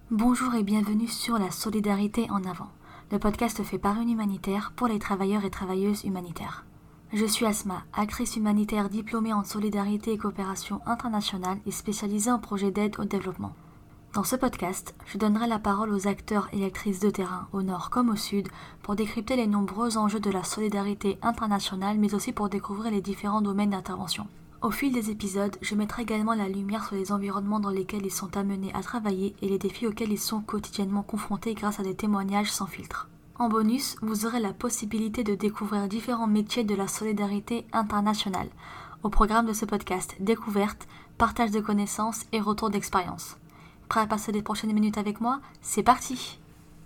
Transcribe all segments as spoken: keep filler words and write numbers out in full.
Bonjour et bienvenue sur la solidarité en avant, le podcast fait par une humanitaire pour les travailleurs et travailleuses humanitaires. Je suis Asma, actrice humanitaire diplômée en solidarité et coopération internationale et spécialisée en projets d'aide au développement. Dans ce podcast, je donnerai la parole aux acteurs et actrices de terrain, au nord comme au sud, pour décrypter les nombreux enjeux de la solidarité internationale, mais aussi pour découvrir les différents domaines d'intervention. Au fil des épisodes, je mettrai également la lumière sur les environnements dans lesquels ils sont amenés à travailler et les défis auxquels ils sont quotidiennement confrontés grâce à des témoignages sans filtre. En bonus, vous aurez la possibilité de découvrir différents métiers de la solidarité internationale. Au programme de ce podcast, découverte, partage de connaissances et retour d'expérience. Prêt à passer les prochaines minutes avec moi ? C'est parti !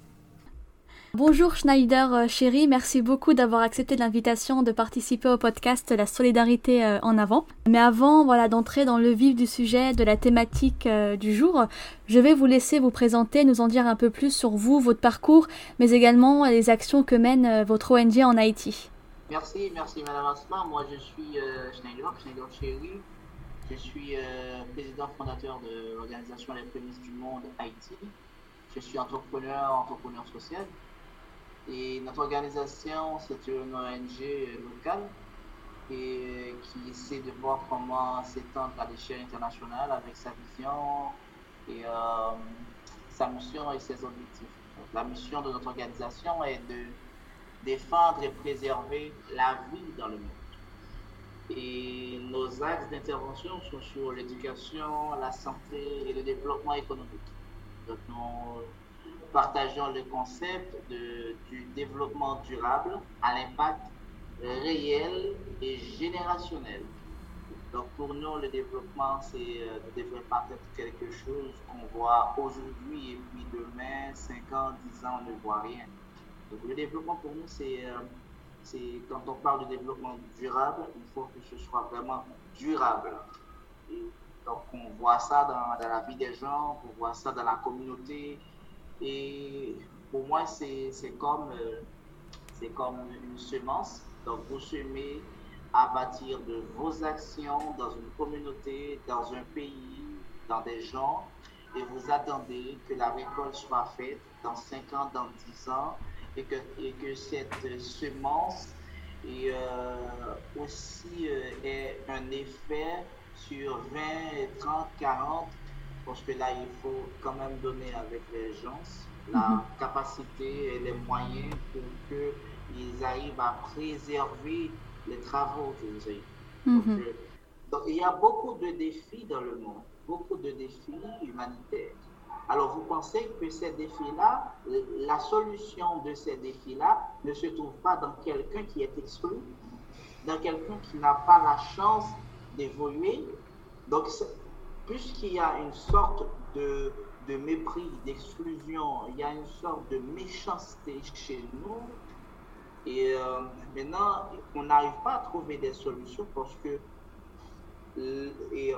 Bonjour Schneider Chéri, merci beaucoup d'avoir accepté l'invitation de participer au podcast La solidarité en avant. Mais avant voilà, d'entrer dans le vif du sujet, de la thématique euh, du jour, je vais vous laisser vous présenter, nous en dire un peu plus sur vous, votre parcours, mais également les actions que mène euh, votre O N G en Haïti. Merci, merci Madame Asma. Moi je suis euh, Schneider, Schneider Chéri. Je suis euh, président fondateur de l'organisation Les Prémices du Monde Haïti. Je suis entrepreneur, entrepreneur social. Et notre organisation, c'est une O N G locale et qui essaie de voir comment s'étendre à l'échelle internationale avec sa vision et euh, sa mission et ses objectifs. Donc, la mission de notre organisation est de défendre et préserver la vie dans le monde. Et nos axes d'intervention sont sur l'éducation, la santé et le développement économique. Donc, nous partageons le concept de, du développement durable à l'impact réel et générationnel. Donc pour nous, le développement, c'est, euh, ne devrait pas être quelque chose qu'on voit aujourd'hui et puis demain, cinq ans, dix ans, on ne voit rien. Donc le développement pour nous, c'est, euh, c'est quand on parle de développement durable, il faut que ce soit vraiment durable. Et donc on voit ça dans, dans la vie des gens, on voit ça dans la communauté. Et pour moi, c'est, c'est, comme, euh, c'est comme une semence. Donc, vous semez à partir de vos actions dans une communauté, dans un pays, dans des gens, et vous attendez que la récolte soit faite dans cinq ans, dans dix ans, et que, et que cette semence et, euh, aussi euh, ait un effet sur vingt, trente, quarante. Parce que là, il faut quand même donner avec les gens la mm-hmm. capacité et les moyens pour qu'ils arrivent à préserver les travaux qu'ils ont. Mm-hmm. Donc, euh, donc, il y a beaucoup de défis dans le monde, beaucoup de défis humanitaires. Alors, vous pensez que ces défis-là, la solution de ces défis-là ne se trouve pas dans quelqu'un qui est exclu, dans quelqu'un qui n'a pas la chance d'évoluer. Donc, puisqu'il y a une sorte de, de mépris, d'exclusion, il y a une sorte de méchanceté chez nous, et euh, maintenant, on n'arrive pas à trouver des solutions parce que euh, et,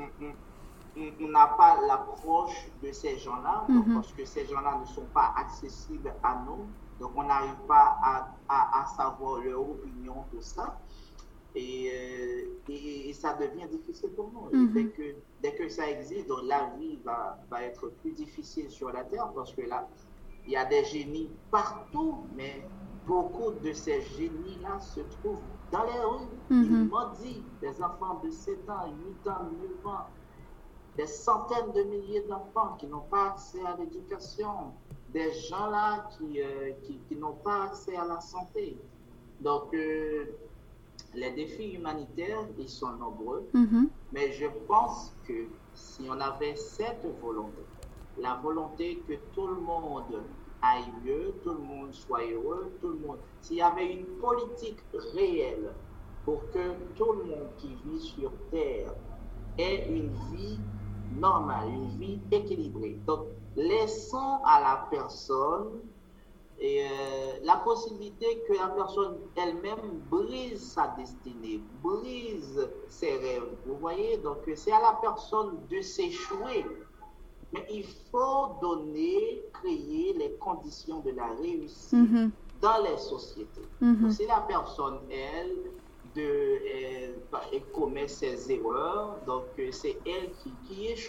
on n'a pas l'approche de ces gens-là, mm-hmm. donc, parce que ces gens-là ne sont pas accessibles à nous, donc on n'arrive pas à, à, à savoir leur opinion, tout ça. Et, euh, et, et ça devient difficile pour nous. Mm-hmm. Dès que, dès que ça existe, donc la vie va, va être plus difficile sur la Terre parce que là, il y a des génies partout, mais beaucoup de ces génies-là se trouvent dans les rues. Mm-hmm. Ils maudissent des enfants de sept ans, huit ans, neuf ans, des centaines de milliers d'enfants qui n'ont pas accès à l'éducation, des gens-là qui, euh, qui, qui n'ont pas accès à la santé. Donc, euh, les défis humanitaires, ils sont nombreux, mm-hmm. mais je pense que si on avait cette volonté, la volonté que tout le monde aille mieux, tout le monde soit heureux, tout le monde, s'il y avait une politique réelle pour que tout le monde qui vit sur Terre ait une vie normale, une vie équilibrée. Donc, laissons à la personne et euh, la possibilité que la personne elle-même brise sa destinée, brise ses rêves. Vous voyez, donc c'est à la personne de s'échouer. Mais il faut donner, créer les conditions de la réussite mm-hmm. dans les sociétés. Mm-hmm. Donc, si la personne, elle, de, elle, elle commet ses erreurs, donc c'est elle qui, qui échoue.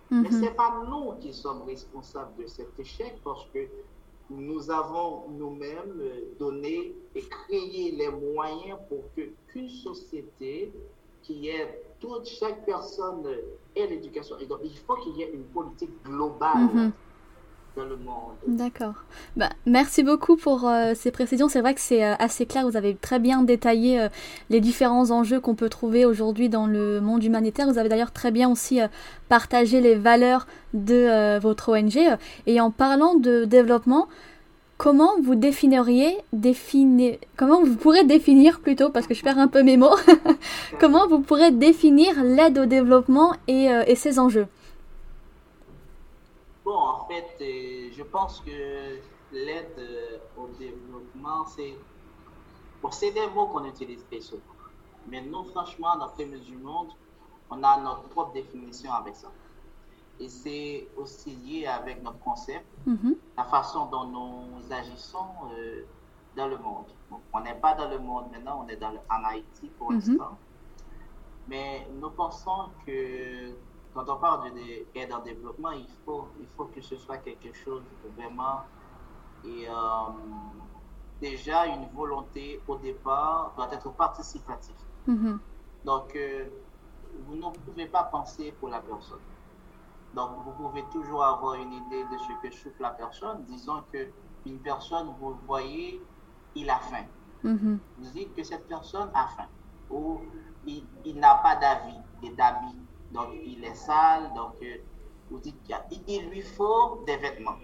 Mm-hmm. Mais ce n'est pas nous qui sommes responsables de cet échec parce que nous avons nous-mêmes donné et créé les moyens pour que, qu'une société qui ait toute, chaque personne ait l'éducation. Et donc, il faut qu'il y ait une politique globale. Mm-hmm. Dans le monde. D'accord. Bah, merci beaucoup pour euh, ces précisions. C'est vrai que c'est euh, assez clair. Vous avez très bien détaillé euh, les différents enjeux qu'on peut trouver aujourd'hui dans le monde humanitaire. Vous avez d'ailleurs très bien aussi euh, partagé les valeurs de euh, votre O N G. Et en parlant de développement, comment vous définiriez, définir, comment vous pourrez définir plutôt, parce que je perds un peu mes mots, comment vous pourrez définir l'aide au développement et, euh, et ses enjeux? Bon, en fait, euh, je pense que l'aide euh, au développement, c'est... Bon, c'est des mots qu'on utilise très souvent. Mais nous, franchement, dans Prémices du Monde, on a notre propre définition avec ça. Et c'est aussi lié avec notre concept, mm-hmm. la façon dont nous agissons euh, dans le monde. Donc, on n'est pas dans le monde maintenant, on est dans le, en Haïti pour mm-hmm. l'instant. Mais nous pensons que quand on parle d'aide en développement, il faut, il faut que ce soit quelque chose de vraiment, et, euh, déjà une volonté au départ doit être participative. Mm-hmm. Donc, euh, vous ne pouvez pas penser pour la personne. Donc, vous pouvez toujours avoir une idée de ce que souffre la personne. Disons qu'une personne, vous voyez, il a faim. Mm-hmm. Vous dites que cette personne a faim. Ou il, il n'a pas d'avis et d'habits. Donc, il est sale, donc euh, vous dites qu'il lui faut des vêtements.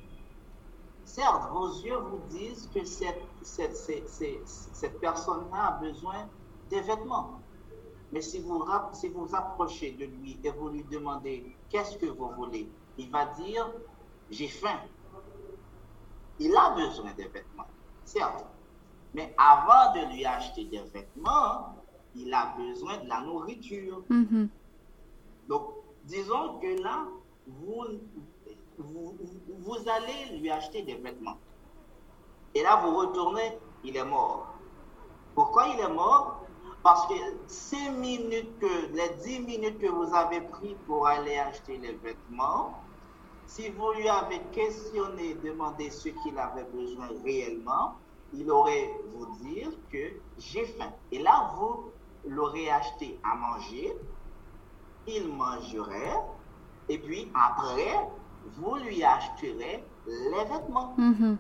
Certes, vos yeux vous disent que cette, cette, cette, cette, cette personne-là a besoin des vêtements. Mais si vous, si vous approchez de lui et vous lui demandez « Qu'est-ce que vous voulez ?» il va dire « J'ai faim ». Il a besoin des vêtements, certes. Mais avant de lui acheter des vêtements, il a besoin de la nourriture. Mm-hmm. Donc, disons que là, vous, vous, vous allez lui acheter des vêtements. Et là, vous retournez, il est mort. Pourquoi il est mort? Parce que ces minutes, que, les dix minutes que vous avez pris pour aller acheter les vêtements, si vous lui avez questionné, demandé ce qu'il avait besoin réellement, il aurait vous dire que j'ai faim. Et là, vous l'aurez acheté à manger. Il mangerait, et puis après, vous lui acheterez les vêtements. Mm-hmm.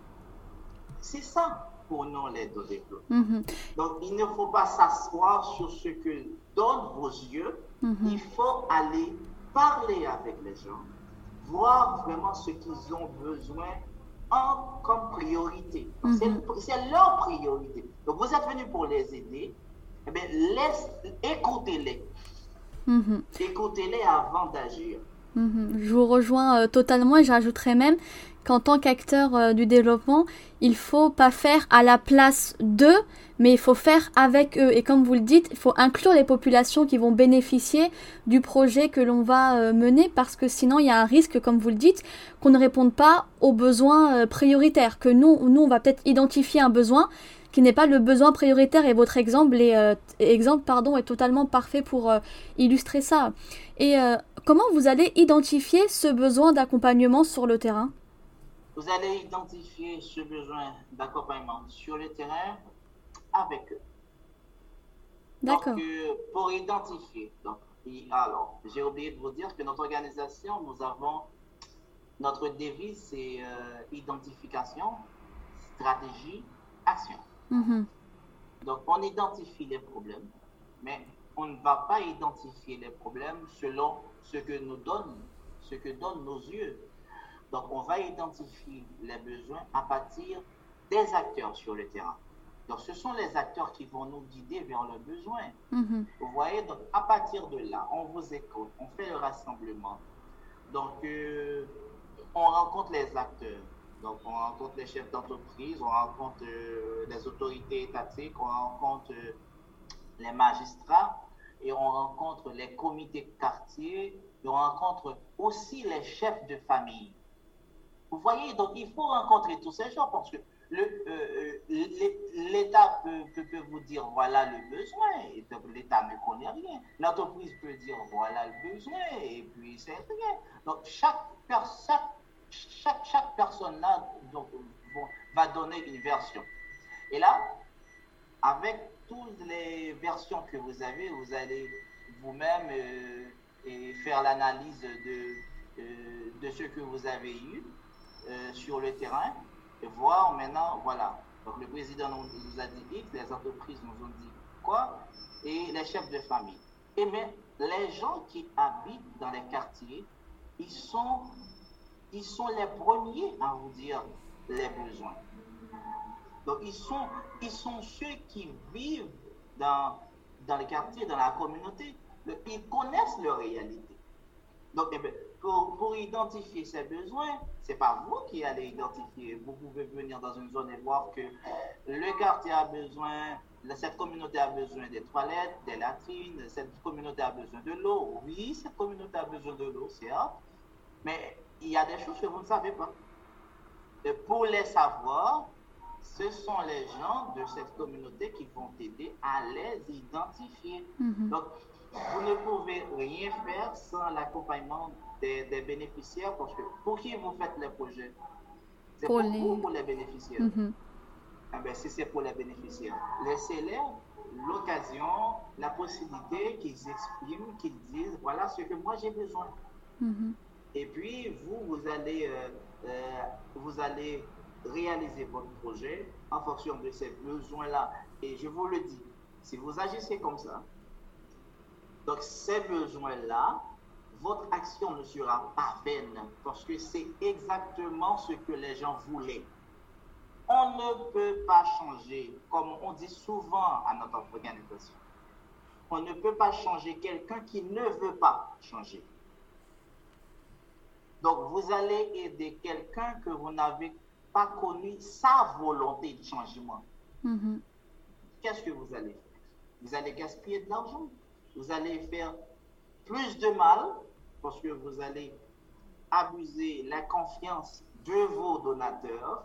C'est ça pour nous l'aide au développement. Mm-hmm. Donc, il ne faut pas s'asseoir sur ce que donnent vos yeux. Mm-hmm. Il faut aller parler avec les gens, voir vraiment ce qu'ils ont besoin en, comme priorité. Mm-hmm. C'est, c'est leur priorité. Donc, vous êtes venus pour les aider. Eh bien, laisse, écoutez-les. Mmh. Écoutez-les avant d'agir. Mmh. Je vous rejoins euh, totalement et j'ajouterais même qu'en tant qu'acteur euh, du développement, il ne faut pas faire à la place d'eux, mais il faut faire avec eux. Et comme vous le dites, il faut inclure les populations qui vont bénéficier du projet que l'on va euh, mener parce que sinon il y a un risque, comme vous le dites, qu'on ne réponde pas aux besoins euh, prioritaires. Que nous, nous, on va peut-être identifier un besoin qui n'est pas le besoin prioritaire et votre exemple est, euh, exemple, pardon, est totalement parfait pour euh, illustrer ça. Et euh, comment vous allez identifier ce besoin d'accompagnement sur le terrain? Vous allez identifier ce besoin d'accompagnement sur le terrain avec eux. D'accord. Donc, euh, pour identifier, donc, alors, j'ai oublié de vous dire que notre organisation, nous avons, notre devise, c'est euh, identification, stratégie, action. Mm-hmm. Donc, on identifie les problèmes, mais on ne va pas identifier les problèmes selon ce que nous donne, ce que donnent nos yeux. Donc, on va identifier les besoins à partir des acteurs sur le terrain. Donc, ce sont les acteurs qui vont nous guider vers leurs besoins. Mm-hmm. Vous voyez, donc, à partir de là, on vous écoute, on fait le rassemblement. Donc, euh, on rencontre les acteurs. Donc, on rencontre les chefs d'entreprise, on rencontre euh, les autorités étatiques, on rencontre euh, les magistrats et on rencontre les comités de quartier et on rencontre aussi les chefs de famille. Vous voyez, donc il faut rencontrer tous ces gens parce que le, euh, l'État peut, peut, peut vous dire voilà le besoin, et donc l'État ne connaît rien. L'entreprise peut dire voilà le besoin, et puis c'est rien. Donc chaque, chaque, chaque, chaque personne là donc, bon, va donner une version. Et là, avec toutes les versions que vous avez, vous allez vous-même euh, et faire l'analyse de, euh, de ce que vous avez eu euh, sur le terrain et voir maintenant, voilà. Donc le président nous a dit X, les entreprises nous ont dit quoi, et les chefs de famille. Et mais les gens qui habitent dans les quartiers, ils sont, ils sont les premiers à vous dire les besoins. Donc, ils sont, ils sont ceux qui vivent dans, dans les quartiers, dans la communauté. Ils connaissent leur réalité. Donc, eh bien, pour, pour identifier ces besoins, ce n'est pas vous qui allez identifier. Vous pouvez venir dans une zone et voir que le quartier a besoin, cette communauté a besoin des toilettes, des latrines, cette communauté a besoin de l'eau. Oui, cette communauté a besoin de l'eau, certes, mais il y a des choses que vous ne savez pas. Et pour les savoir, ce sont les gens de cette communauté qui vont t'aider à les identifier. Mm-hmm. Donc, vous ne pouvez rien faire sans l'accompagnement des, des bénéficiaires parce que pour qui vous faites les projets? C'est pour, pour les... vous ou pour les bénéficiaires? Mm-hmm. Ah ben, si c'est pour les bénéficiaires, laissez-les l'occasion, la possibilité qu'ils expriment, qu'ils disent voilà ce que moi j'ai besoin. Mm-hmm. Et puis, vous, vous allez, euh, euh, vous allez réaliser votre projet en fonction de ces besoins-là. Et je vous le dis, si vous agissez comme ça, donc ces besoins-là, votre action ne sera pas vaine parce que c'est exactement ce que les gens voulaient. On ne peut pas changer, comme on dit souvent à notre organisation, on ne peut pas changer quelqu'un qui ne veut pas changer. Donc, vous allez aider quelqu'un que vous n'avez pas connu sa volonté de changement. Mm-hmm. Qu'est-ce que vous allez faire? Vous allez gaspiller de l'argent. Vous allez faire plus de mal parce que vous allez abuser la confiance de vos donateurs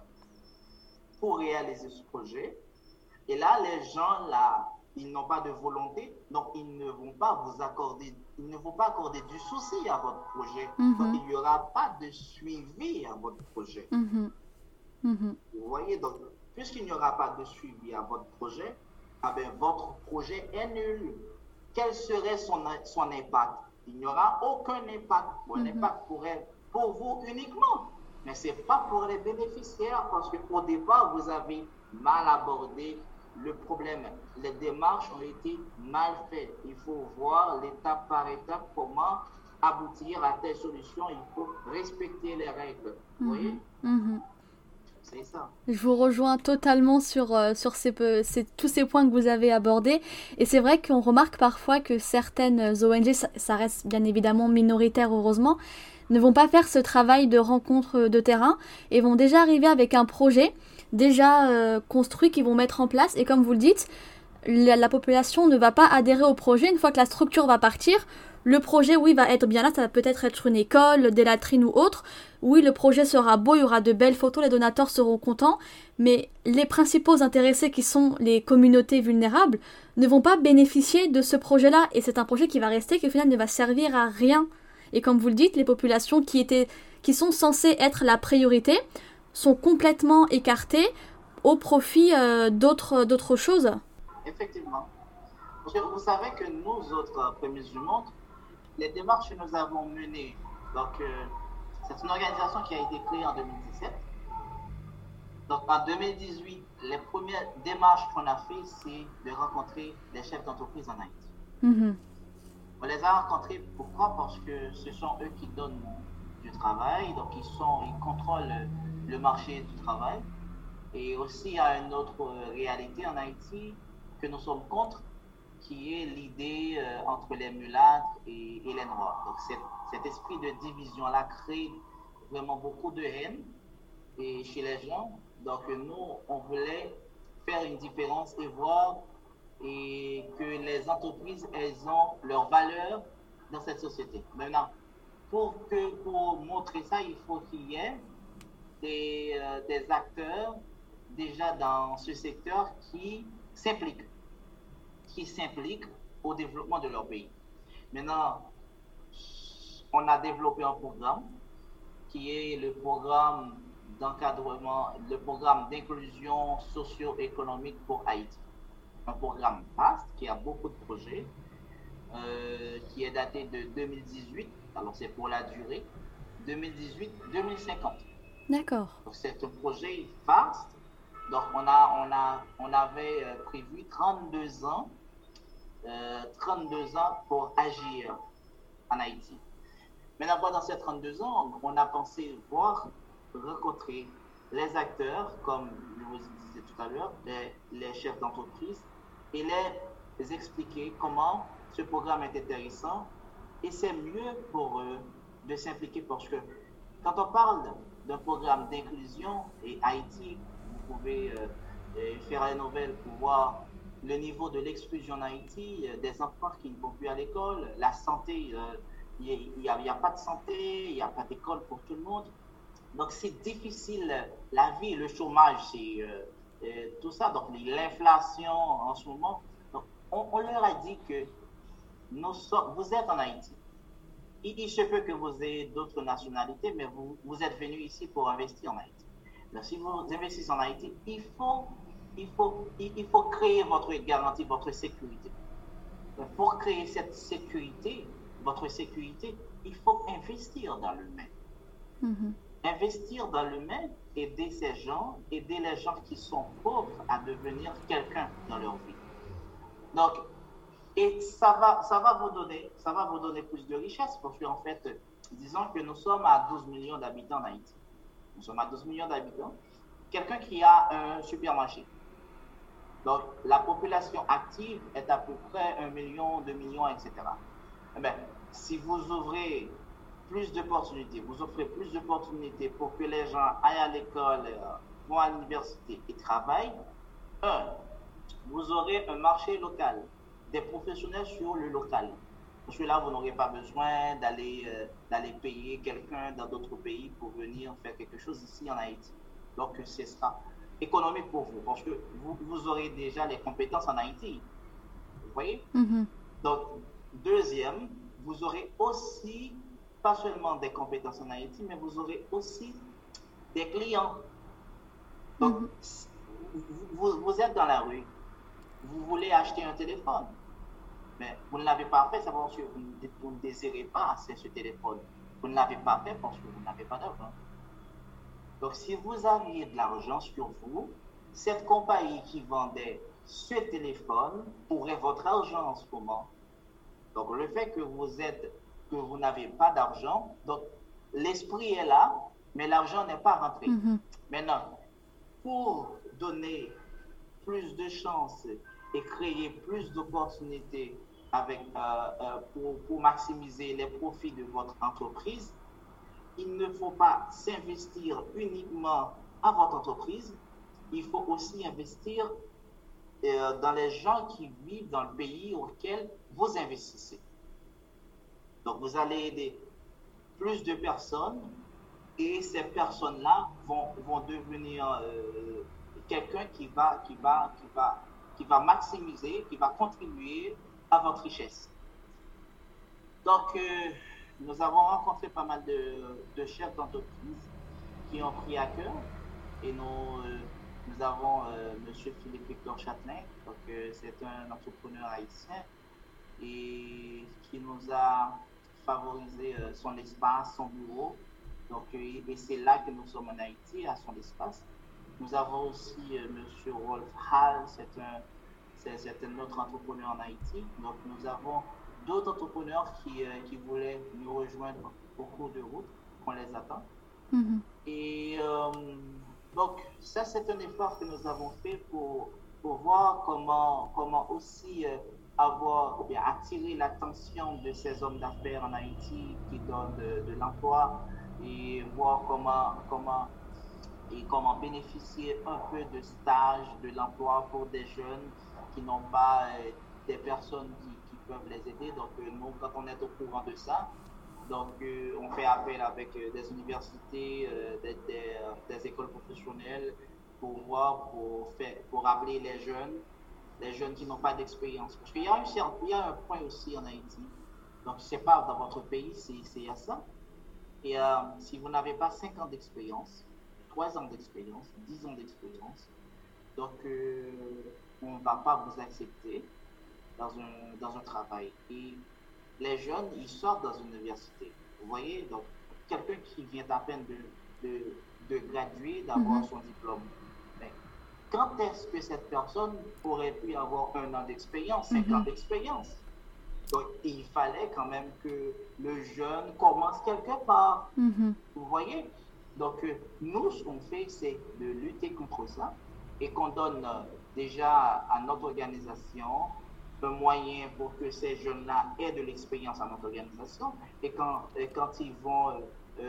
pour réaliser ce projet. Et là, les gens, là, ils n'ont pas de volonté, donc ils ne vont pas vous accorder, ils ne vont pas accorder du souci à votre projet. Mm-hmm. Donc, il n'y aura pas de suivi à votre projet. Mm-hmm. Mm-hmm. Vous voyez, donc, puisqu'il n'y aura pas de suivi à votre projet, ah ben, votre projet est nul. Quel serait son, son impact? Il n'y aura aucun impact. Bon, mm-hmm. L'impact pourrait pour vous uniquement, mais ce n'est pas pour les bénéficiaires parce qu'au départ, vous avez mal abordé le problème. Les démarches ont été mal faites. Il faut voir l'étape par étape comment aboutir à telle solution. Il faut respecter les règles. Vous mm-hmm. voyez? Mm-hmm. C'est ça. Je vous rejoins totalement sur, euh, sur ces, ces, tous ces points que vous avez abordés. Et c'est vrai qu'on remarque parfois que certaines O N G, ça, ça reste bien évidemment minoritaire heureusement, ne vont pas faire ce travail de rencontre de terrain et vont déjà arriver avec un projet déjà euh, construit qu'ils vont mettre en place. Et comme vous le dites, la, la population ne va pas adhérer au projet. Une fois que la structure va partir, le projet, oui, va être bien là, ça va peut-être être une école, des latrines ou autre. Oui, le projet sera beau, il y aura de belles photos, les donateurs seront contents, mais les principaux intéressés qui sont les communautés vulnérables ne vont pas bénéficier de ce projet-là. Et c'est un projet qui va rester, qui au final ne va servir à rien. Et comme vous le dites, les populations qui, étaient, qui sont censées être la priorité sont complètement écartées au profit euh, d'autres, d'autres choses. Effectivement. Vous savez que nous autres Prémices du Monde, les démarches que nous avons menées, donc euh, c'est une organisation qui a été créée en deux mille dix-sept. Donc en deux mille dix-huit, les premières démarches qu'on a fait, c'est de rencontrer les chefs d'entreprise en Haïti. Mm-hmm. On les a rencontrés, pourquoi? Parce que ce sont eux qui donnent du travail, donc ils, sont, ils contrôlent le, le marché du travail. Et aussi, il y a une autre réalité en Haïti que nous sommes contre, qui est l'idée euh, entre les mulâtres et, et les noirs. Donc cet, cet esprit de division-là crée vraiment beaucoup de haine et chez les gens. Donc nous, on voulait faire une différence et voir et que les entreprises, elles ont leur valeur dans cette société. Maintenant, pour, que, pour montrer ça, il faut qu'il y ait des, euh, des acteurs déjà dans ce secteur qui s'impliquent, qui s'impliquent au développement de leur pays. Maintenant, on a développé un programme qui est le programme d'encadrement, le programme d'inclusion socio-économique pour Haïti. Un programme vaste qui a beaucoup de projets, euh, qui est daté de deux mille dix-huit, alors c'est pour la durée, deux mille dix-huit à deux mille cinquante. D'accord. Donc c'est un projet vaste. Donc on, a, on, a, on avait euh, prévu trente-deux ans, euh, trente-deux ans pour agir en Haïti. Maintenant, pendant ces trente-deux ans, on a pensé voir, rencontrer les acteurs, comme je vous disais tout à l'heure, les, les chefs d'entreprise, et les, les expliquer comment ce programme est intéressant. Et c'est mieux pour eux de s'impliquer parce que quand on parle d'un programme d'inclusion, et Haïti, vous pouvez euh, faire les nouvelles pour voir le niveau de l'exclusion en Haïti, euh, des enfants qui ne vont plus à l'école, la santé, euh, il n'y a, a pas de santé, il n'y a pas d'école pour tout le monde. Donc c'est difficile, la vie, le chômage, c'est euh, euh, tout ça, donc l'inflation en ce moment. Donc, on, on leur a dit que nous sommes, vous êtes en Haïti. Il, il se peut que vous ayez d'autres nationalités, mais vous, vous êtes venus ici pour investir en Haïti. Donc si vous investissez en Haïti, il faut, il faut, il, il faut créer votre garantie, votre sécurité. Donc, pour créer cette sécurité, votre sécurité, il faut investir dans l'humain. Mm-hmm. Investir dans l'humain, aider ces gens, aider les gens qui sont pauvres à devenir quelqu'un dans leur vie. Donc, et ça va, ça va vous donner, ça va vous donner plus de richesse parce qu'en fait, disons que nous sommes à douze millions d'habitants en Haïti. Nous sommes à douze millions d'habitants. Quelqu'un qui a un supermarché. Donc, la population active est à peu près un million, deux millions, et cetera. Eh bien, si vous ouvrez plus d'opportunités, vous offrez plus d'opportunités pour que les gens aillent à l'école, vont à l'université et travaillent, un, vous aurez un marché local, des professionnels sur le local. Parce que là, vous n'aurez pas besoin d'aller euh, d'aller payer quelqu'un dans d'autres pays pour venir faire quelque chose ici en Haïti. Donc, ce sera économique pour vous, parce que vous, vous aurez déjà les compétences en Haïti. Vous voyez? Mm-hmm. Donc, deuxième, vous aurez aussi, pas seulement des compétences en Haïti, mais vous aurez aussi des clients. Donc, mm-hmm. vous, vous êtes dans la rue, vous voulez acheter un téléphone, mais vous ne l'avez pas fait, c'est parce que vous, vous ne désirez pas acheter ce téléphone. Vous ne l'avez pas fait parce que vous n'avez pas d'argent. Donc, si vous aviez de l'argent sur vous, cette compagnie qui vendait ce téléphone aurait votre argent en ce moment. Donc, le fait que vous êtes, que vous n'avez pas d'argent, donc l'esprit est là, mais l'argent n'est pas rentré. Mm-hmm. Maintenant, pour donner plus de chances et créer plus d'opportunités avec, euh, euh, pour, pour maximiser les profits de votre entreprise, il ne faut pas s'investir uniquement à votre entreprise, il faut aussi investir euh, dans les gens qui vivent dans le pays auquel vous investissez. Donc, vous allez aider plus de personnes et ces personnes-là vont, vont devenir euh, quelqu'un qui va, qui, va, qui, va, qui va maximiser, qui va contribuer à votre richesse. Donc, euh, nous avons rencontré pas mal de, de chefs d'entreprise qui ont pris à cœur et nous, euh, nous avons euh, M. Philippe Victor Châtelain, donc euh, c'est un entrepreneur haïtien et qui nous a favorisé euh, son espace, son bureau. Donc, euh, et c'est là que nous sommes en Haïti, à son espace. Nous avons aussi euh, M. Rolf Hall, c'est un, c'est, c'est un autre entrepreneur en Haïti. Donc, nous avons d'autres entrepreneurs qui, euh, qui voulaient nous rejoindre au cours de route, qu'on les attend. Mm-hmm. Et euh, donc, ça, c'est un effort que nous avons fait pour, pour voir comment, comment aussi euh, avoir, ou bien attirer l'attention de ces hommes d'affaires en Haïti qui donnent de, de l'emploi et voir comment, comment, et comment bénéficier un peu de stage, de l'emploi pour des jeunes qui n'ont pas euh, des personnes qui peuvent les aider. Donc, euh, nous, quand on est au courant de ça, donc, euh, on fait appel avec euh, des universités, euh, des, des, des écoles professionnelles pour voir, pour faire, pour rappeler les jeunes, les jeunes qui n'ont pas d'expérience. Parce qu'il y a un, il y a un point aussi en Haïti. Donc, je ne sais pas, dans votre pays, c'est à ça. Et euh, si vous n'avez pas cinq ans d'expérience, trois ans d'expérience, dix ans d'expérience, donc euh, on ne va pas vous accepter dans un, dans un travail. Et les jeunes, ils sortent dans une université. Vous voyez, donc quelqu'un qui vient à peine de, de, de graduer, d'avoir mm-hmm. son diplôme. Mais quand est-ce que cette personne aurait pu avoir un an d'expérience, cinq mm-hmm. ans d'expérience? Donc, il fallait quand même que le jeune commence quelque part. Mm-hmm. Vous voyez? Donc, euh, nous, ce qu'on fait, c'est de lutter contre ça et qu'on donne euh, déjà à notre organisation un moyen pour que ces jeunes-là aient de l'expérience à notre organisation. Et quand, et quand ils vont euh,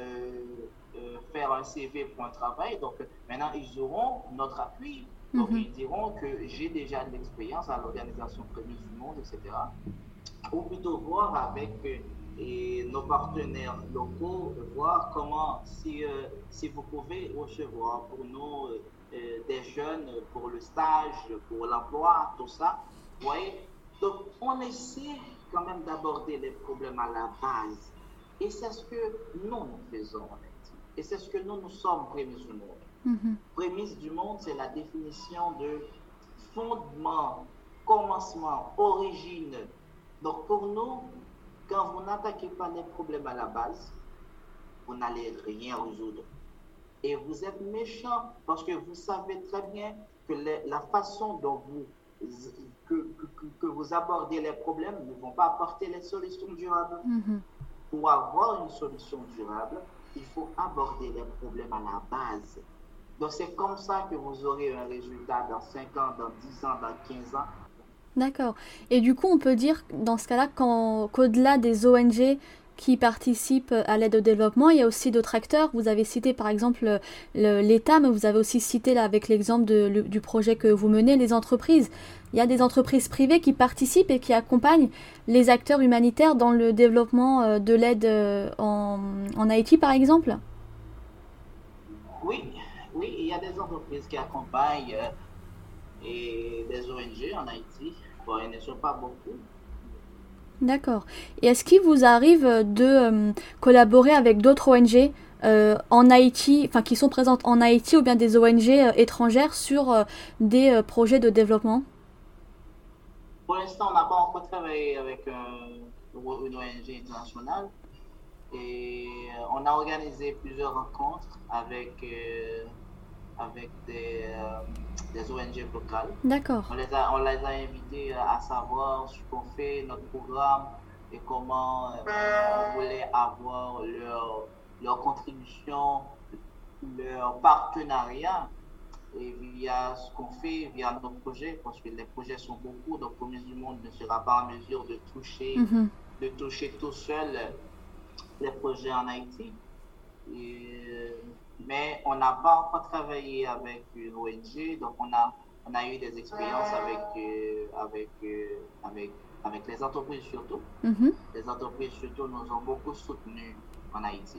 euh, faire un C V pour un travail, donc maintenant, ils auront notre appui. Donc, mm-hmm. ils diront que j'ai déjà de l'expérience à l'Organisation Prémisse du Monde, et cetera. Ou plutôt voir avec euh, et nos partenaires locaux, voir comment, si, euh, si vous pouvez recevoir pour nous euh, des jeunes pour le stage, pour l'emploi, tout ça. Vous voyez? Donc, on essaie quand même d'aborder les problèmes à la base. Et c'est ce que nous, nous faisons en Haïti. Et c'est ce que nous, nous sommes, Prémisse du Monde. Mm-hmm. Prémisse du Monde, c'est la définition de fondement, commencement, origine. Donc, pour nous, quand vous n'attaquez pas les problèmes à la base, vous n'allez rien résoudre. Et vous êtes méchant parce que vous savez très bien que les, la façon dont vous, que, que, que vous abordez les problèmes ne vont pas apporter les solutions durables. Mm-hmm. Pour avoir une solution durable, il faut aborder les problèmes à la base. Donc, c'est comme ça que vous aurez un résultat dans cinq ans, dans dix ans, dans quinze ans. D'accord. Et du coup, on peut dire, dans ce cas-là, qu'au-delà des O N G qui participent à l'aide au développement, il y a aussi d'autres acteurs. Vous avez cité, par exemple, l'État, mais vous avez aussi cité, là, avec l'exemple de, du projet que vous menez, les entreprises. Il y a des entreprises privées qui participent et qui accompagnent les acteurs humanitaires dans le développement de l'aide en, en Haïti, par exemple? Oui, oui, il y a des entreprises qui accompagnent euh, et des O N G en Haïti. Bon, ils ne sont pas beaucoup. D'accord. Et est-ce qu'il vous arrive de euh, collaborer avec d'autres O N G euh, en Haïti, enfin qui sont présentes en Haïti ou bien des O N G euh, étrangères sur euh, des euh, projets de développement? Pour l'instant, on n'a pas encore travaillé avec euh, une O N G internationale et on a organisé plusieurs rencontres avec euh, avec des, euh, des O N G locales. D'accord. On les a, on les a invités à savoir ce qu'on fait, notre programme et comment euh, on voulait avoir leur, leur contribution, leur partenariat et via ce qu'on fait, via nos projets, parce que les projets sont beaucoup, donc Prémisse du Monde ne sera pas en mesure de toucher, mm-hmm. de toucher tout seul les projets en Haïti. Et, mais on n'a pas encore travaillé avec une O N G, donc on a, on a eu des expériences avec, euh, avec, euh, avec, avec les entreprises surtout. Mm-hmm. Les entreprises surtout nous ont beaucoup soutenus en Haïti.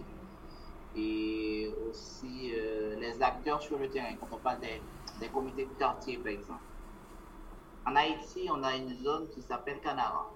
Et aussi euh, les acteurs sur le terrain, quand on parle des, des comités de quartier par exemple. En Haïti, on a une zone qui s'appelle Canaran.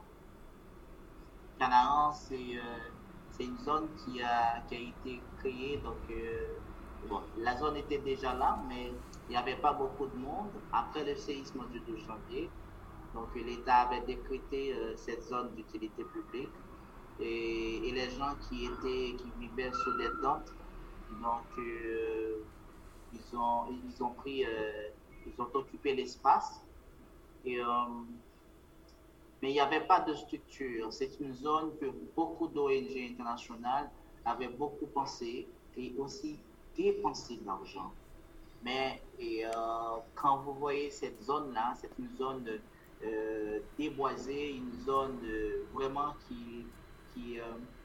Canaran, c'est... Euh, C'est une zone qui a, qui a été créée, donc euh, bon, la zone était déjà là, mais il n'y avait pas beaucoup de monde. Après le séisme du douze janvier, donc l'État avait décrété euh, cette zone d'utilité publique et, et les gens qui étaient, qui vivaient sous des tentes, donc euh, ils ont, ils ont pris, euh, ils ont occupé l'espace et euh, mais il n'y avait pas de structure. C'est une zone que beaucoup d'O N G internationales avaient beaucoup pensé et aussi dépensé de l'argent. Mais et, euh, quand vous voyez cette zone-là, c'est une zone euh, déboisée, une zone euh, vraiment qui... qui euh,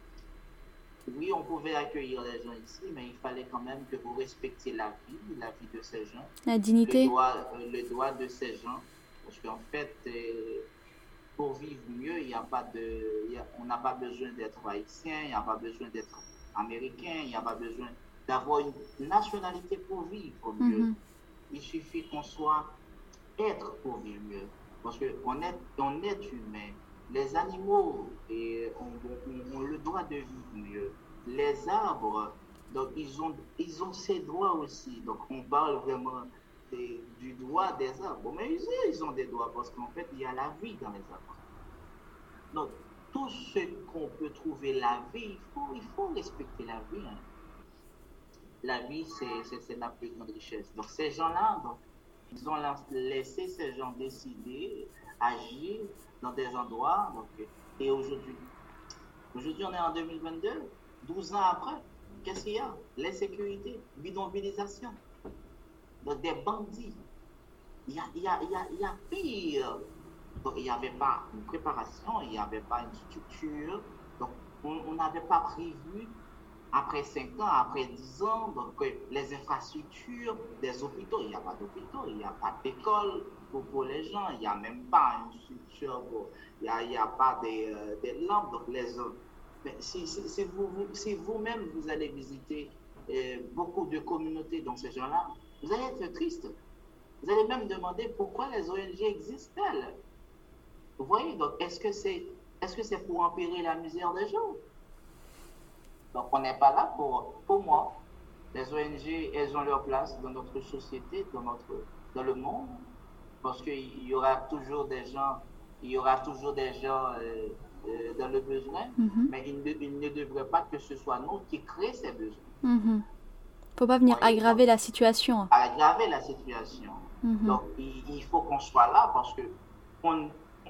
oui, on pouvait accueillir les gens ici, mais il fallait quand même que vous respectiez la vie, la vie de ces gens. La dignité. Le droit, euh, le droit de ces gens. Parce qu'en fait... Euh, pour vivre mieux, il y a pas de, il y a, on n'a pas besoin d'être haïtien, il n'y a pas besoin d'être américain, il n'y a pas besoin d'avoir une nationalité pour vivre mieux. Mm-hmm. il suffit qu'on soit être pour vivre mieux. Parce qu'on est, on est humain. Les animaux, et on, on, on le droit de vivre mieux. Les arbres, donc ils ont, ils ont ces droits aussi. Donc on parle vraiment des, du droit des arbres. Mais ils, ils ont des droits parce qu'en fait, il y a la vie dans les arbres. Donc, tout ce qu'on peut trouver la vie, il faut, il faut respecter la vie. Hein. La vie, c'est, c'est la plus grande richesse. Donc, ces gens-là, donc, ils ont laissé ces gens décider, agir dans des endroits. Donc, et aujourd'hui, aujourd'hui, on est en deux mille vingt-deux, douze ans après, qu'est-ce qu'il y a? L'insécurité, bidonvillisation, donc des bandits. Il y a, il y a, il y a, il y a pire. Donc, il n'y avait pas une préparation, il n'y avait pas une structure. Donc, on n'avait pas prévu, après cinq ans, après dix ans, donc, les infrastructures des hôpitaux. Il n'y a pas d'hôpitaux, il n'y a pas d'école pour, pour les gens, il n'y a même pas une structure, pour, il n'y a, il y a pas des, euh, des lampes. Donc, les hommes. Mais si, si, si, vous, vous, si vous-même, vous allez visiter euh, beaucoup de communautés dans ces gens-là, vous allez être triste. Vous allez même demander pourquoi les O N G existent-elles. Vous voyez, donc est-ce que c'est est-ce que c'est pour empirer la misère des gens? Donc on n'est pas là pour, pour moi. Les O N G, elles ont leur place dans notre société, dans notre dans le monde, parce qu'il y aura toujours des gens, il y aura toujours des gens euh, euh, dans le besoin, mm-hmm. mais il ne, il ne devrait pas que ce soit nous qui créons ces besoins. Mm-hmm. Faut pas venir voyez, aggraver donc, la situation. Aggraver la situation. Mm-hmm. Donc il, il faut qu'on soit là parce que on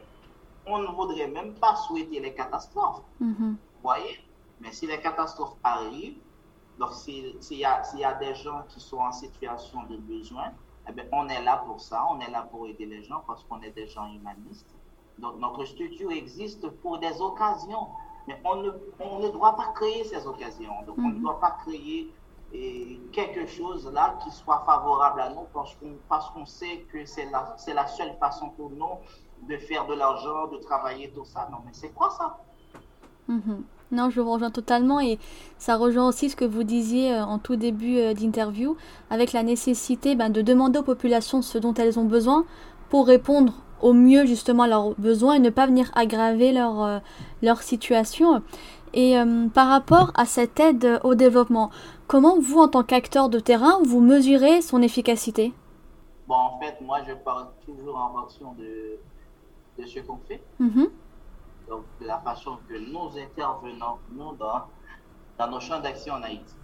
on ne voudrait même pas souhaiter les catastrophes. Mm-hmm. Vous voyez? Mais si les catastrophes arrivent, donc s'il si y, si y a des gens qui sont en situation de besoin, eh bien, on est là pour ça, on est là pour aider les gens parce qu'on est des gens humanistes. Donc notre structure existe pour des occasions, mais on ne, on ne doit pas créer ces occasions. Donc mm-hmm. on ne doit pas créer et, quelque chose là qui soit favorable à nous parce qu'on, parce qu'on sait que c'est la, c'est la seule façon pour nous de faire de l'argent, de travailler, tout ça. Non, mais c'est quoi ça? Mmh. Non, je vous rejoins totalement et ça rejoint aussi ce que vous disiez en tout début d'interview avec la nécessité ben, de demander aux populations ce dont elles ont besoin pour répondre au mieux justement à leurs besoins et ne pas venir aggraver leur, euh, leur situation. Et euh, par rapport à cette aide au développement, comment vous, en tant qu'acteur de terrain, vous mesurez son efficacité? Bon, en fait, moi, je parle toujours en fonction de... de ce qu'on fait, mm-hmm. donc de la façon que nous intervenons nous dans, dans nos champs d'action en Haïti.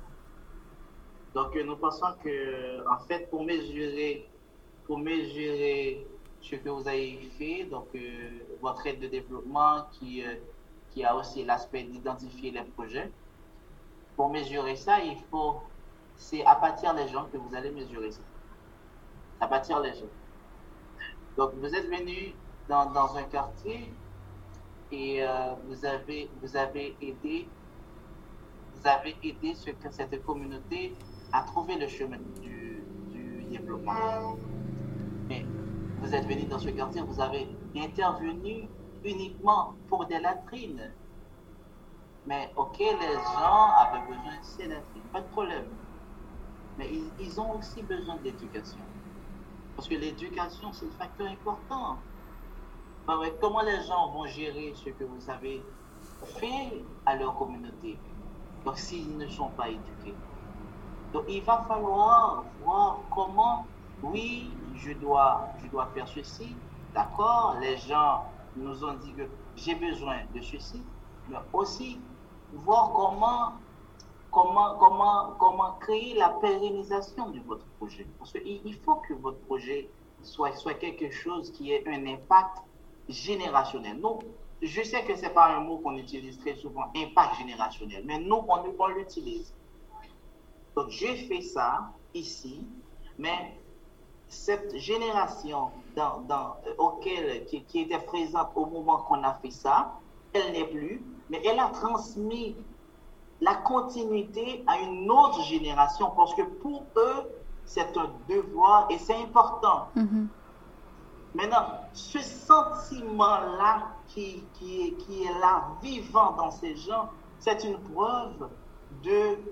Donc nous pensons que en fait pour mesurer pour mesurer ce que vous avez fait, donc euh, votre aide de développement qui euh, qui a aussi l'aspect d'identifier les projets. Pour mesurer ça, il faut c'est à partir des gens que vous allez mesurer ça. À partir des gens. Donc vous êtes venus Dans, dans un quartier et euh, vous avez vous avez aidé vous avez aidé ce, cette communauté à trouver le chemin du, du développement. Mais vous êtes venu dans ce quartier, vous avez intervenu uniquement pour des latrines. Mais ok, les gens avaient besoin de ces latrines, pas de problème. Mais ils, ils ont aussi besoin d'éducation. Parce que l'éducation, c'est un facteur important. Comment les gens vont gérer ce que vous avez fait à leur communauté, donc s'ils ne sont pas éduqués. Donc il va falloir voir comment, oui, je dois, je dois faire ceci, d'accord, les gens nous ont dit que j'ai besoin de ceci, mais aussi voir comment, comment, comment, comment créer la pérennisation de votre projet. Parce qu'il il faut que votre projet soit, soit quelque chose qui ait un impact générationnel. Nous, je sais que ce n'est pas un mot qu'on utilise très souvent, impact générationnel, mais nous, on, on l'utilise. Donc, j'ai fait ça ici, mais cette génération dans, dans, euh, auquel, qui, qui était présente au moment qu'on a fait ça, elle n'est plus, mais elle a transmis la continuité à une autre génération, parce que pour eux, c'est un devoir et c'est important. Mm-hmm. Maintenant, ce sentiment-là qui, qui, qui est là, vivant dans ces gens, c'est une preuve de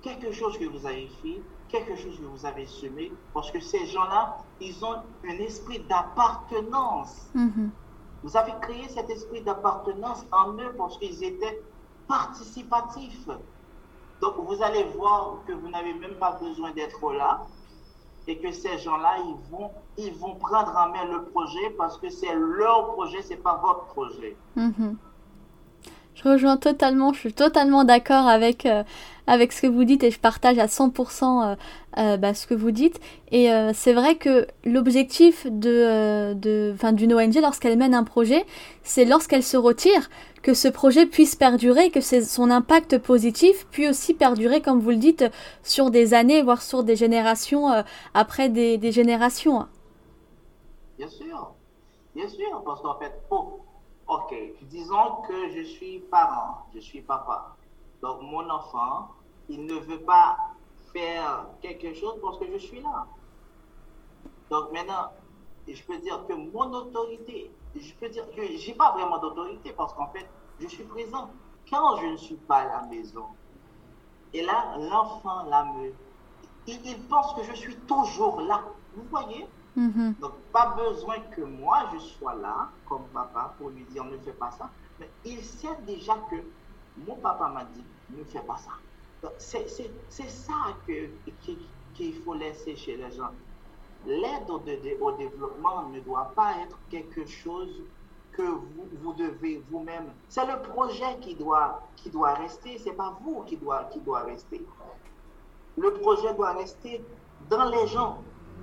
quelque chose que vous avez fait, quelque chose que vous avez semé, parce que ces gens-là, ils ont un esprit d'appartenance. Mhm. Vous avez créé cet esprit d'appartenance en eux parce qu'ils étaient participatifs. Donc, vous allez voir que vous n'avez même pas besoin d'être là et que ces gens-là, ils vont, ils vont prendre en main le projet parce que c'est leur projet, ce n'est pas votre projet. Mhm. Je rejoins totalement, je suis totalement d'accord avec, euh, avec ce que vous dites et je partage à cent pour cent euh, euh, bah, ce que vous dites. Et euh, c'est vrai que l'objectif de, euh, de, enfin, d'une O N G lorsqu'elle mène un projet, c'est lorsqu'elle se retire, que ce projet puisse perdurer, que son impact positif puisse aussi perdurer, comme vous le dites, sur des années, voire sur des générations, euh, après des, des générations. Bien sûr, bien sûr, parce qu'en fait, oh, ok, disons que je suis parent, je suis papa. Donc mon enfant, il ne veut pas faire quelque chose parce que je suis là. Donc maintenant, je peux dire que mon autorité, je peux dire que je n'ai pas vraiment d'autorité parce qu'en fait, je suis présent. Quand je ne suis pas à la maison, et là, l'enfant, là, me, il, il pense que je suis toujours là. Vous voyez? Mm-hmm. Donc, pas besoin que moi, je sois là, comme papa, pour lui dire ne fais pas ça. Mais il sait déjà que mon papa m'a dit ne fais pas ça. Donc, c'est, c'est, c'est ça que, qu'il, qu'il faut laisser chez les gens. L'aide au, au développement ne doit pas être quelque chose que vous, vous devez vous-même. C'est le projet qui doit, qui doit rester, ce n'est pas vous qui doit, qui doit rester. Le projet doit rester dans les gens.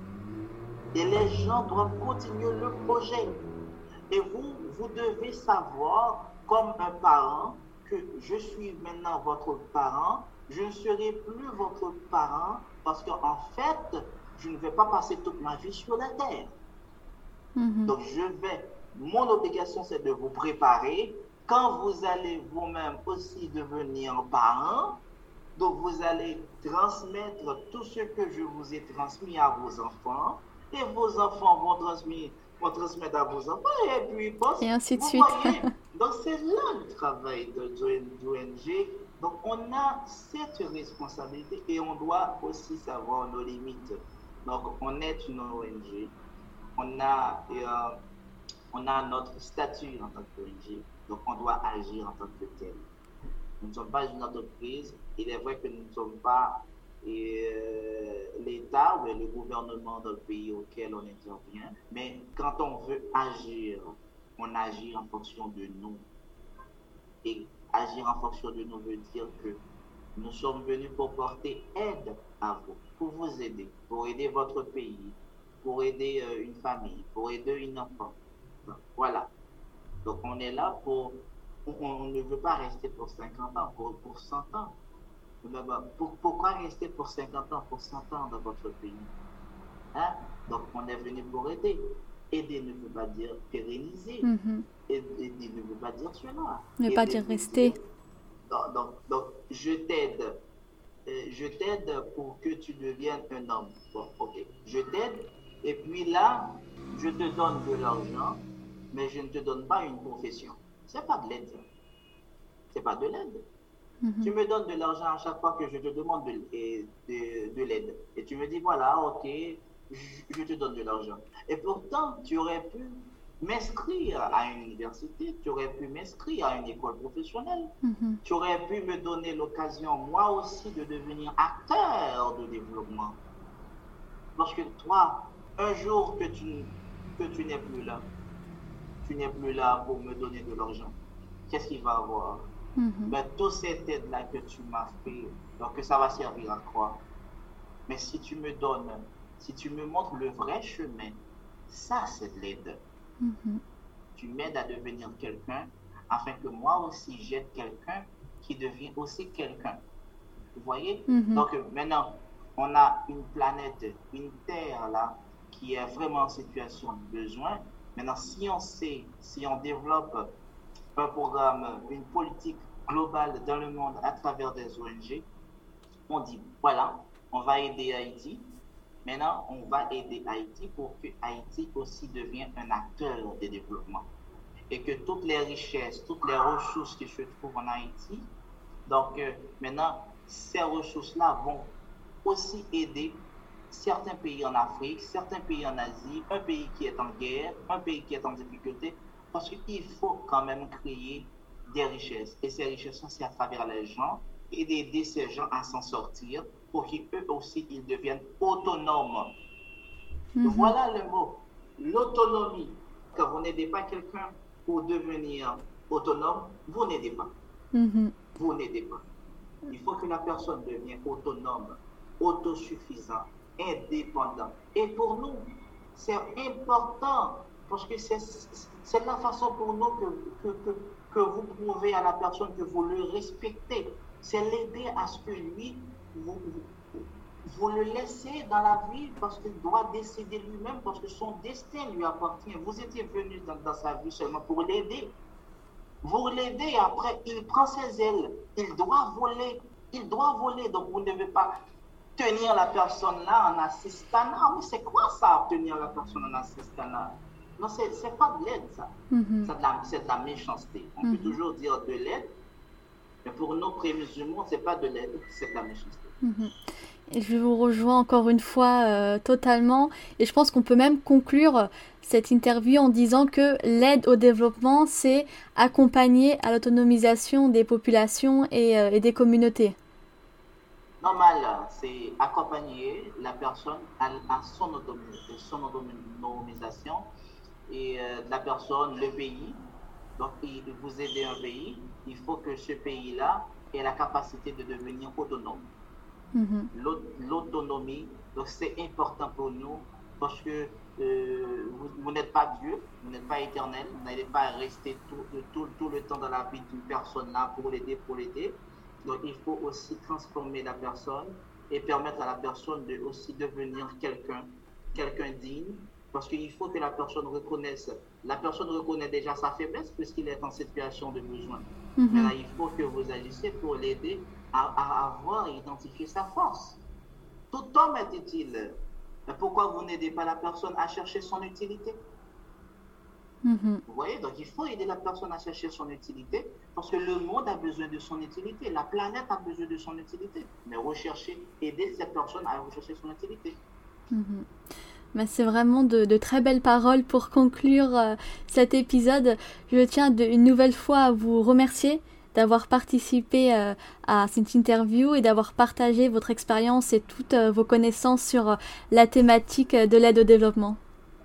Et les gens doivent continuer le projet. Et vous, vous devez savoir, comme un parent, que je suis maintenant votre parent, je ne serai plus votre parent parce qu'en fait, je ne vais pas passer toute ma vie sur la terre. Mm-hmm. Donc, je vais, mon obligation, c'est de vous préparer. Quand vous allez vous-même aussi devenir parent, donc vous allez transmettre tout ce que je vous ai transmis à vos enfants. Et vos enfants vont transmettre, vont transmettre à vos enfants, et puis bon, et ainsi de vous suite. Voyez, donc c'est là le travail de l'O N G. Donc on a cette responsabilité et on doit aussi savoir nos limites. Donc on est une O N G, on a, euh, on a notre statut en tant qu'O N G, donc on doit agir en tant que tel. Nous ne sommes pas une entreprise, il est vrai que nous ne sommes pas et euh, l'État ou le gouvernement dans le pays auquel on intervient. Mais quand on veut agir, on agit en fonction de nous. Et agir en fonction de nous veut dire que nous sommes venus pour porter aide à vous, pour vous aider, pour aider votre pays, pour aider euh, une famille, pour aider une enfant. Donc, voilà. Donc on est là pour... On, on ne veut pas rester pour cinquante ans, pour, pour cent ans. Pourquoi rester pour cinquante ans, pour cent ans dans votre pays? Hein? Donc, on est venu pour aider. Aider ne veut pas dire pérenniser. Mm-hmm. Aider ne veut pas dire cela. Ne veut pas dire rester. Dire... Donc, donc, donc, je t'aide. Euh, je t'aide pour que tu deviennes un homme. Bon, ok. Je t'aide. Et puis là, je te donne de l'argent, mais je ne te donne pas une profession. Ce n'est pas de l'aide. Ce n'est pas de l'aide. Mm-hmm. Tu me donnes de l'argent à chaque fois que je te demande de, de, de l'aide. Et tu me dis, voilà, ok, je, je te donne de l'argent. Et pourtant, tu aurais pu m'inscrire à une université, tu aurais pu m'inscrire à une école professionnelle. Mm-hmm. Tu aurais pu me donner l'occasion, moi aussi, de devenir acteur de développement. Parce que toi, un jour que tu, que tu n'es plus là, tu n'es plus là pour me donner de l'argent, qu'est-ce qu'il va avoir? Mm-hmm. Ben, tout cette aide-là que tu m'as fait, donc ça va servir à quoi? Mais si tu me donnes, si tu me montres le vrai chemin, ça c'est de l'aide. Mm-hmm. Tu m'aides à devenir quelqu'un, afin que moi aussi j'aide quelqu'un qui devient aussi quelqu'un. Vous voyez? Mm-hmm. Donc maintenant, on a une planète, une Terre là, qui est vraiment en situation de besoin. Maintenant, si on sait, si on développe un programme, une politique globale dans le monde à travers des O N G, on dit, voilà, on va aider Haïti. Maintenant, on va aider Haïti pour que Haïti aussi devienne un acteur de développement. Et que toutes les richesses, toutes les ressources qui se trouvent en Haïti, donc euh, maintenant, ces ressources-là vont aussi aider certains pays en Afrique, certains pays en Asie, un pays qui est en guerre, un pays qui est en difficulté, parce qu'il faut quand même créer des richesses. Et ces richesses, c'est à travers les gens et d'aider ces gens à s'en sortir pour qu'eux aussi, ils deviennent autonomes. Mm-hmm. Voilà le mot, l'autonomie. Quand vous n'aidez pas quelqu'un pour devenir autonome, vous n'aidez pas. Mm-hmm. Vous n'aidez pas. Il faut que la personne devienne autonome, autosuffisante, indépendant. Et pour nous, c'est important parce que c'est, c'est la façon pour nous que, que, que, que vous prouvez à la personne que vous le respectez. C'est l'aider à ce que lui, vous, vous, vous le laissez dans la vie parce qu'il doit décider lui-même, parce que son destin lui appartient. Vous étiez venu dans, dans sa vie seulement pour l'aider. Vous l'aidez et après, il prend ses ailes. Il doit voler. Il doit voler. Donc, vous ne devez pas tenir la personne là en assistanat. Mais c'est quoi ça, tenir la personne en assistanat? Non, c'est, c'est pas de l'aide, ça. Mm-hmm. C'est, de la, c'est de la méchanceté. On mm-hmm. peut toujours dire de l'aide, mais pour nos pré-musulmans, c'est pas de l'aide, c'est de la méchanceté. Mm-hmm. Et je vous rejoins encore une fois euh, totalement. Et je pense qu'on peut même conclure cette interview en disant que l'aide au développement, c'est accompagner à l'autonomisation des populations et, euh, et des communautés. Normal, c'est accompagner la personne à, à son, autonom- son autonomisation et euh, la personne, le pays. Donc, il, vous aidez un pays, il faut que ce pays-là ait la capacité de devenir autonome. Mm-hmm. L'aut- l'autonomie, donc c'est important pour nous parce que euh, vous, vous n'êtes pas Dieu, vous n'êtes pas éternel, vous n'allez pas rester tout, tout, tout le temps dans la vie d'une personne là pour l'aider, pour l'aider. Donc il faut aussi transformer la personne et permettre à la personne de aussi devenir quelqu'un, quelqu'un digne, parce qu'il faut que la personne reconnaisse, la personne reconnaît déjà sa faiblesse puisqu'il est en situation de besoin. Mm-hmm. Mais là, il faut que vous agissiez pour l'aider à, à avoir identifié sa force. Tout homme est utile. Mais pourquoi vous n'aidez pas la personne à chercher son utilité? Mm-hmm. Vous voyez, donc il faut aider la personne à chercher son utilité parce que le monde a besoin de son utilité, la planète a besoin de son utilité. Mais rechercher, aider cette personne à rechercher son utilité. Mm-hmm. Ben, c'est vraiment de, de très belles paroles pour conclure euh, cet épisode. Je tiens de, une nouvelle fois à vous remercier d'avoir participé euh, à cette interview et d'avoir partagé votre expérience et toutes euh, vos connaissances sur euh, la thématique de l'aide au développement.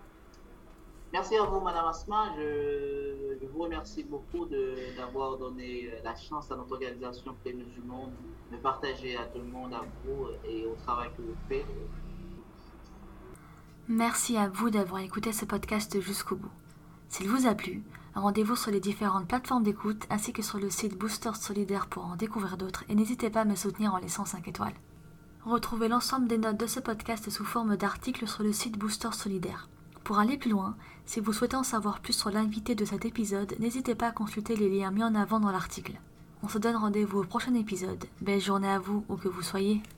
Merci à vous, Madame Asma. Je, je vous remercie beaucoup de, d'avoir donné la chance à notre organisation Prémices du Monde de partager à tout le monde, à vous et au travail que vous faites. Merci à vous d'avoir écouté ce podcast jusqu'au bout. S'il vous a plu, rendez-vous sur les différentes plateformes d'écoute ainsi que sur le site Booster Solidaire pour en découvrir d'autres et n'hésitez pas à me soutenir en laissant cinq étoiles. Retrouvez l'ensemble des notes de ce podcast sous forme d'articles sur le site Booster Solidaire. Pour aller plus loin, si vous souhaitez en savoir plus sur l'invité de cet épisode, n'hésitez pas à consulter les liens mis en avant dans l'article. On se donne rendez-vous au prochain épisode. Belle journée à vous, où que vous soyez.